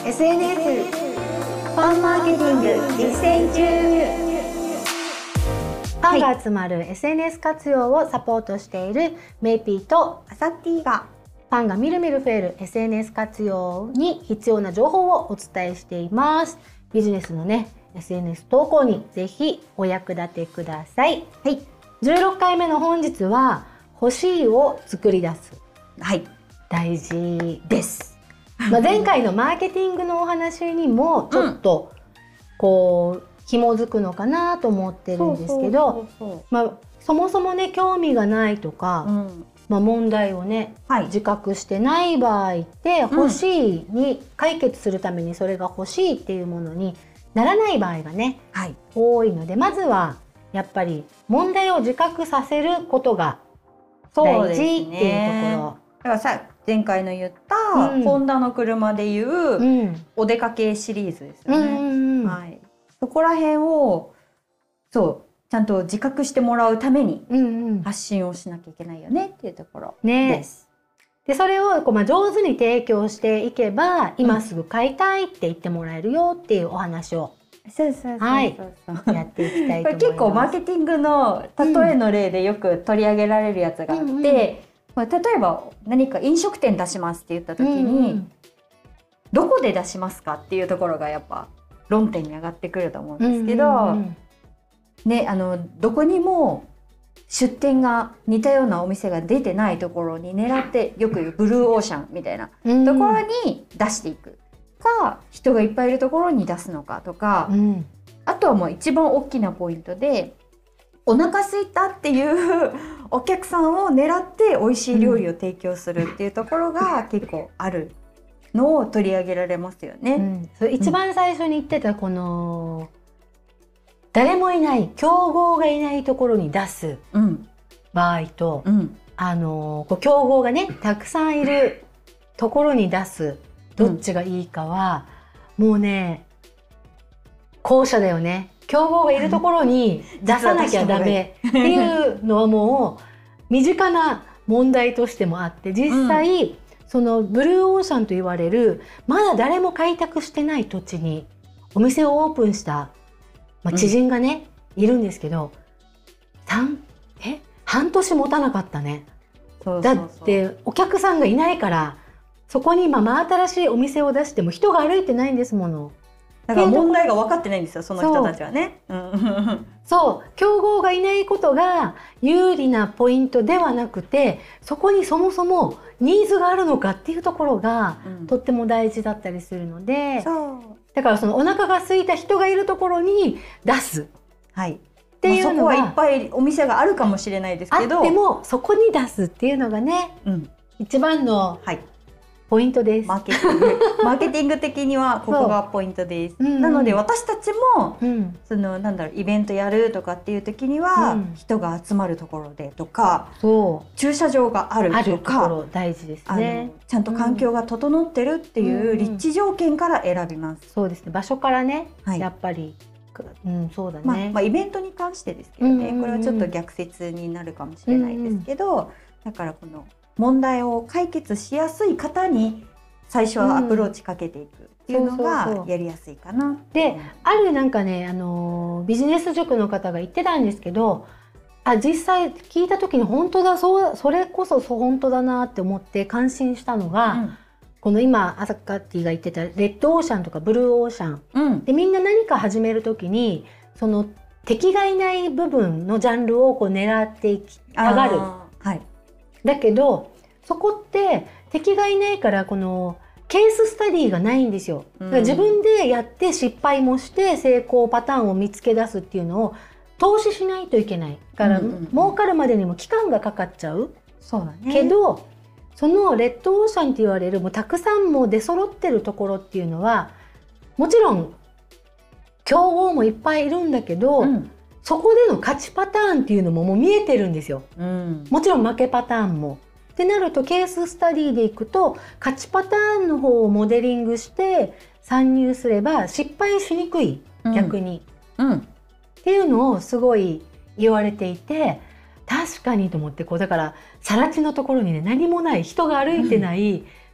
SNS ファンマーケティング実践中。ファンが集まる SNS 活用をサポートしているメイピーとアサッティがファンがみるみる増える SNS 活用に必要な情報をお伝えしています。ビジネスのね SNS 投稿にぜひお役立てください。はい、16回目の本日は欲しいを作り出す。 はい、 大事です。前回のマーケティングのお話にもちょっとこう紐づくのかなと思ってるんですけど、そもそもね興味がないとか、問題をね、自覚してない場合って欲しいに解決するためにそれが欲しいっていうものにならない場合がね、多いので、まずはやっぱり問題を自覚させることが大事っていうところ。 だからさ、前回の言った、ホンダの車でいう、お出かけシリーズですよね。そこら辺をちゃんと自覚してもらうために発信をしなきゃいけないよねっていうところです。 でそれを上手に提供していけば、今すぐ買いたいって言ってもらえるよっていうお話をやっていきたいと思います。 結構マーケティングの例えの例でよく取り上げられるやつがあって、例えば何か飲食店出しますって言った時に、どこで出しますかっていうところがやっぱ論点に上がってくると思うんですけど、どこにも出店が似たようなお店が出てないところに狙って、よく言うブルーオーシャンみたいなところに出していくか、人がいっぱいいるところに出すのかとか、あとはもう一番大きなポイントで、お腹空いたっていうお客さんを狙って美味しい料理を提供するっていうところが結構あるのを取り上げられますよね。 一番最初に言ってたこの誰もいない、競合がいないところに出す場合と、競合がねたくさんいるところに出す、どっちがいいかは、もうね後者だよね。競合がいるところに出さなきゃダメっていうのはもう身近な問題としてもあって、実際、そのブルーオーシャンと言われるまだ誰も開拓してない土地にお店をオープンした、知人がね、いるんですけど、半年持たなかったね。だってお客さんがいないから、そこに真新しいお店を出しても人が歩いてないんですもの。 だから問題が分かってないんですよ、その人たちはね。 競合がいないことが有利なポイントではなくて、そこにそもそもニーズがあるのかっていうところが、とっても大事だったりするので、だからそのお腹が空いた人がいるところに出す、っていうのは、 そこはいっぱいお店があるかもしれないですけど、 あってもそこに出すっていうのがね、一番のポイントです。 マーケティング的にはここがポイントです。なので私たちも、イベントやるとかっていう時には、人が集まるところでとか、駐車場があるとか、 大事ですね。 ちゃんと環境が整ってるっていう立地条件から選びます。 そうですね。場所からね、やっぱり、そうだね。 イベントに関してですけどね、これはちょっと逆説になるかもしれないですけど、だからこの問題を解決しやすい方に最初はアプローチかけていくっていうのがやりやすいかな。 で、あるビジネス塾の方が言ってたんですけど、実際聞いた時に本当だ、それこそ本当だなって思って感心したのが、この今アサカッティが言ってたレッドオーシャンとかブルーオーシャン、でみんな何か始める時にその敵がいない部分のジャンルを狙っていきたがる。だけどそこって敵がいないから、このケーススタディがないんですよ。だから自分でやって失敗もして成功パターンを見つけ出すっていうのを投資しないといけないから、儲かるまでにも期間がかかっちゃう。けどそのレッドオーシャンって言われるたくさんも出揃ってるところっていうのは、もちろん競合もいっぱいいるんだけど、そこでの勝ちパターンっていうのももう見えてるんですよ。もちろん負けパターンも。ってなるとケーススタディでいくと、勝ちパターンの方をモデリングして参入すれば失敗しにくい、逆に、っていうのをすごい言われていて、確かにと思って、だから更地のところにね、何もない、人が歩いてない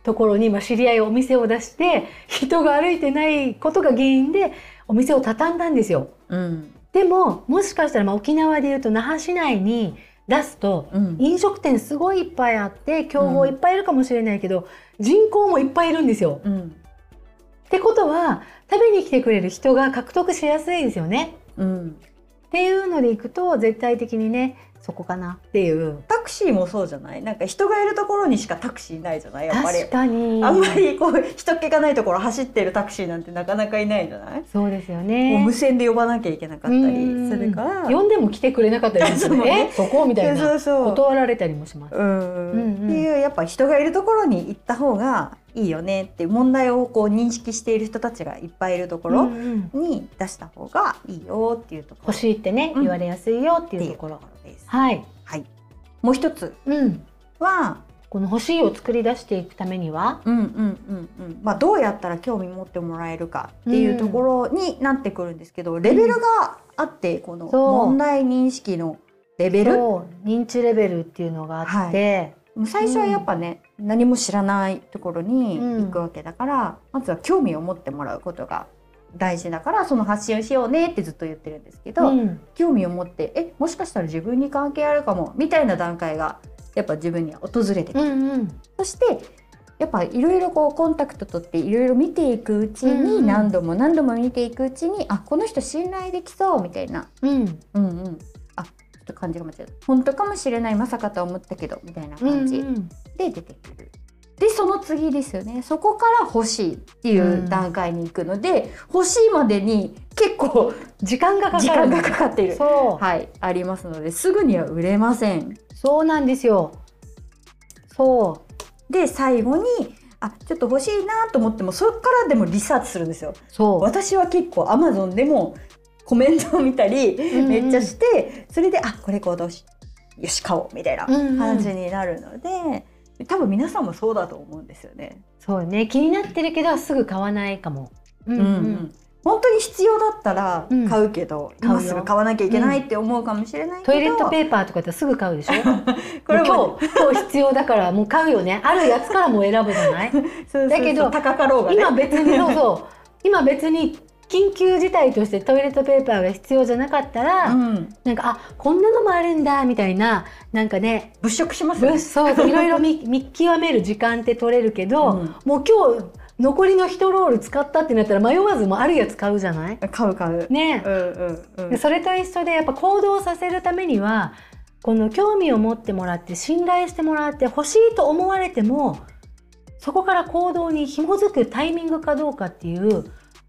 ところに、知り合いお店を出して人が歩いてないことが原因でお店を畳んだんですよ。でももしかしたら沖縄でいうと那覇市内に出すと、飲食店すごいいっぱいあって競合いっぱいいるかもしれないけど、人口もいっぱいいるんですよ。ってことは食べに来てくれる人が獲得しやすいですよね。っていうのでいくと絶対的にねそこかなっていう。 タクシーもそうじゃない？なんか人がいるところにしかタクシーないじゃない？やっぱり確かにあんまりこう人っ気がないところ走ってるタクシーなんてなかなかいないじゃない？ そうですよね。 もう無線で呼ばなきゃいけなかったりするから、 呼んでも来てくれなかったりするね。そこみたいな断られたりもします。っていうやっぱ人がいるところに行った方がいいよねっていう問題をこう認識している人たちがいっぱいいるところに出した方がいいよっていうところ。 欲しいってね、言われやすいよっていうところです。 はい。 はい。もう一つは、 この欲しいを作り出していくためには、 どうやったら興味持ってもらえるかっていうところになってくるんですけど、レベルがあって、この問題認識のレベル、 認知レベルっていうのがあって、 最初はやっぱね、何も知らないところに行くわけだから、まずは興味を持ってもらうことが大事だから、その発信をしようねってずっと言ってるんですけど、興味を持ってもしかしたら自分に関係あるかもみたいな段階がやっぱ自分には訪れてくる。そしてやっぱいろいろこうコンタクト取っていろいろ見ていくうちに、何度も何度も見ていくうちに、あ、この人信頼できそうみたいな、あ、ちょっと感じが間違えた、本当かもしれない、まさかとは思ったけどみたいな感じで出てくる。でその次ですよね。そこから欲しいっていう段階に行くので、欲しいまでに結構時間がかかっている、ありますので、すぐには売れません。 そうなんですよ。 で最後にちょっと欲しいなと思っても、そこからでもリサーチするんですよ。私は結構 Amazon でもコメントを見たりめっちゃして、それでこれ行動しよし買おうみたいな感じになるので、多分皆さんもそうだと思うんですよね。 そうね、気になってるけどすぐ買わないかも。 本当に必要だったら買うけど、今すぐ買わなきゃいけないって思うかもしれないけど、 トイレットペーパーとかってすぐ買うでしょこれ今日必要だからもう買うよね。あるやつからもう選ぶじゃないだけど高かろうがね、 今別に緊急事態としてトイレットペーパーが必要じゃなかったら、なんかこんなのもあるんだみたいな、なんかね物色しますよね。 いろいろ見極める時間って取れるけど、もう今日残りの1ロール使ったってなったら迷わずもあるやつ買うじゃない？ 買うね。それと一緒でやっぱ行動させるためには、この興味を持ってもらって信頼してもらって欲しいと思われても、そこから行動に紐づくタイミングかどうかっていう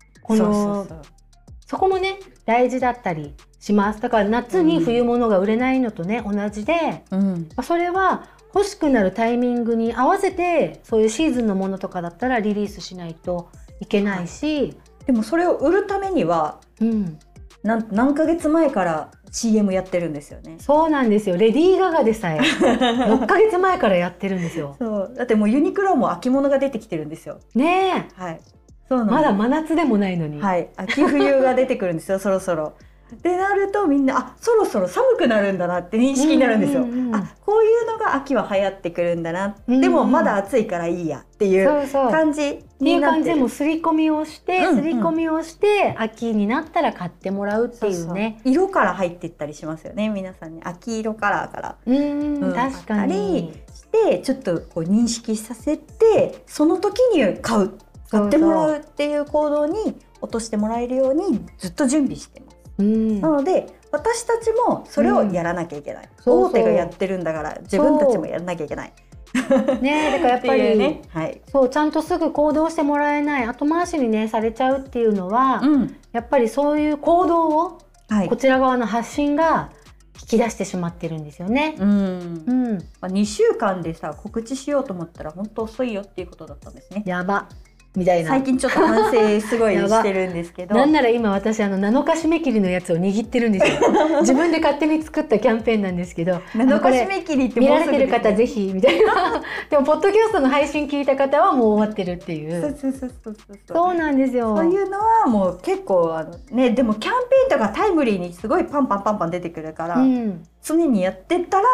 そこもね大事だったりします。だから夏に冬物が売れないのとね同じで、それは欲しくなるタイミングに合わせて、そういうシーズンのものとかだったらリリースしないといけないし、 でもそれを売るためには、何ヶ月前から CM やってるんですよね。 そうなんですよ。レディー・ガガでさえ6ヶ月前からやってるんですよ。 だってもうユニクロも秋物が出てきてるんですよ。 ねえ、まだ真夏でもないのに、 秋冬が出てくるんですよそろそろ。でなるとみんなそろそろ寒くなるんだなって認識になるんですよ。こういうのが秋は流行ってくるんだな、でもまだ暑いからいいやっていう感じになってる。 でも刷り込みをして秋になったら買ってもらうっていうね。 色から入っていったりしますよね、皆さんに。秋色カラーから確かにしてちょっとこう認識させて、その時に買ってもらうっていう行動に落としてもらえるようにずっと準備してます。なので私たちもそれをやらなきゃいけない。大手がやってるんだから自分たちもやらなきゃいけない。 ね、だからやっぱりそうちゃんとすぐ行動してもらえない、後回しにねされちゃうっていうのは、やっぱりそういう行動をこちら側の発信が引き出してしまってるんですよね。 2週間でさ告知しようと思ったら本当遅いよっていうことだったんですね。 やばみたいな。 最近ちょっと反省すごいしてるんですけどなんなら今私7日締め切りのやつを握ってるんですよ自分で勝手に作ったキャンペーンなんですけど、 7日締め切りって見られてる方ぜひみたいなでもポッドキャストの配信聞いた方はもう終わってるっていう。そうなんですよ。 そういうのはもう結構でもキャンペーンとかタイムリーにすごいパンパン出てくるから、常にやってったら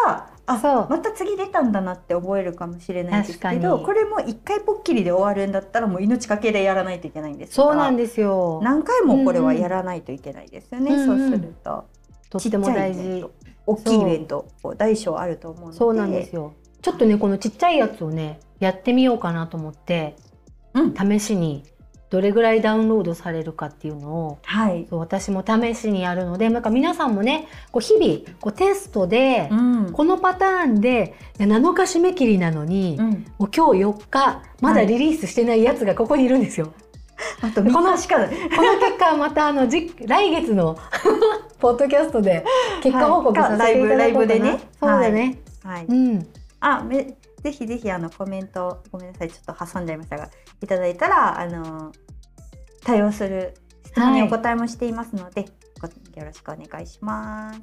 そうまた次出たんだなって覚えるかもしれないですけど、 確かにこれも一回ぽっきりで終わるんだったらもう命かけでやらないといけないんですが、 そうなんですよ。 何回もこれはやらないといけないですよね、 うんうんそうすると。 とっても大事。 大きいイベント大小あると思うので。 そうなんですよ。ちょっとねこのちっちゃいやつをねやってみようかなと思って、試しにどれぐらいダウンロードされるかっていうのを、そう私も試しにやるので、なんか皆さんもねこう日々こうテストで、このパターンで7日締め切りなのに、もう今日4日まだリリースしてないやつがここにいるんですよ。 あと3日しかない。 この結果はまた来月のポッドキャストで結果報告させていただこうかな。ライブでね。そうだね。 ぜひぜひコメントごめんなさいちょっと挟んじゃいましたがいただいたら対応する質問にお答えもしていますので、よろしくお願いします。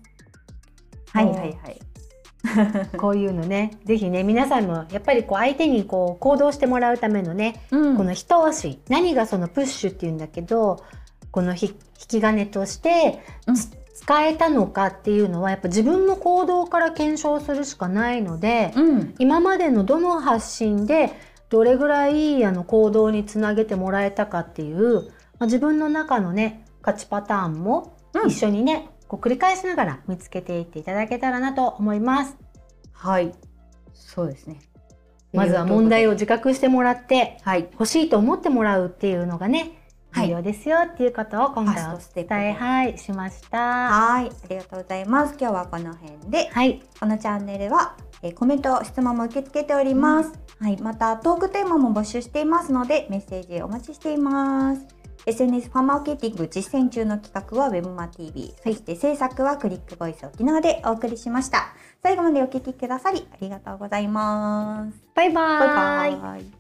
こういうのねぜひね皆さんもやっぱりこう相手にこう行動してもらうためのね、この一押し、何がそのプッシュっていうんだけど、この引き金として使えたのかっていうのはやっぱ自分の行動から検証するしかないので、今までのどの発信でどれぐらい行動につなげてもらえたかっていう、自分の中のね価値パターンも一緒にね、こう繰り返しながら見つけていっていただけたらなと思います。 はい、そうですね。 まずは問題を自覚してもらって、欲しいと思ってもらうっていうのがね重要ですよっていうことを今回お伝えしました。 ありがとうございます。今日はこの辺で、このチャンネルはコメント質問も受け付けております。またトークテーマも募集していますのでメッセージお待ちしています。SNS ファンマーケティング実践中の企画は Webma TV、そして制作はクリックボイス沖縄でお送りしました。最後までお聞きくださりありがとうございます。 バイバーイ。 バイバイ。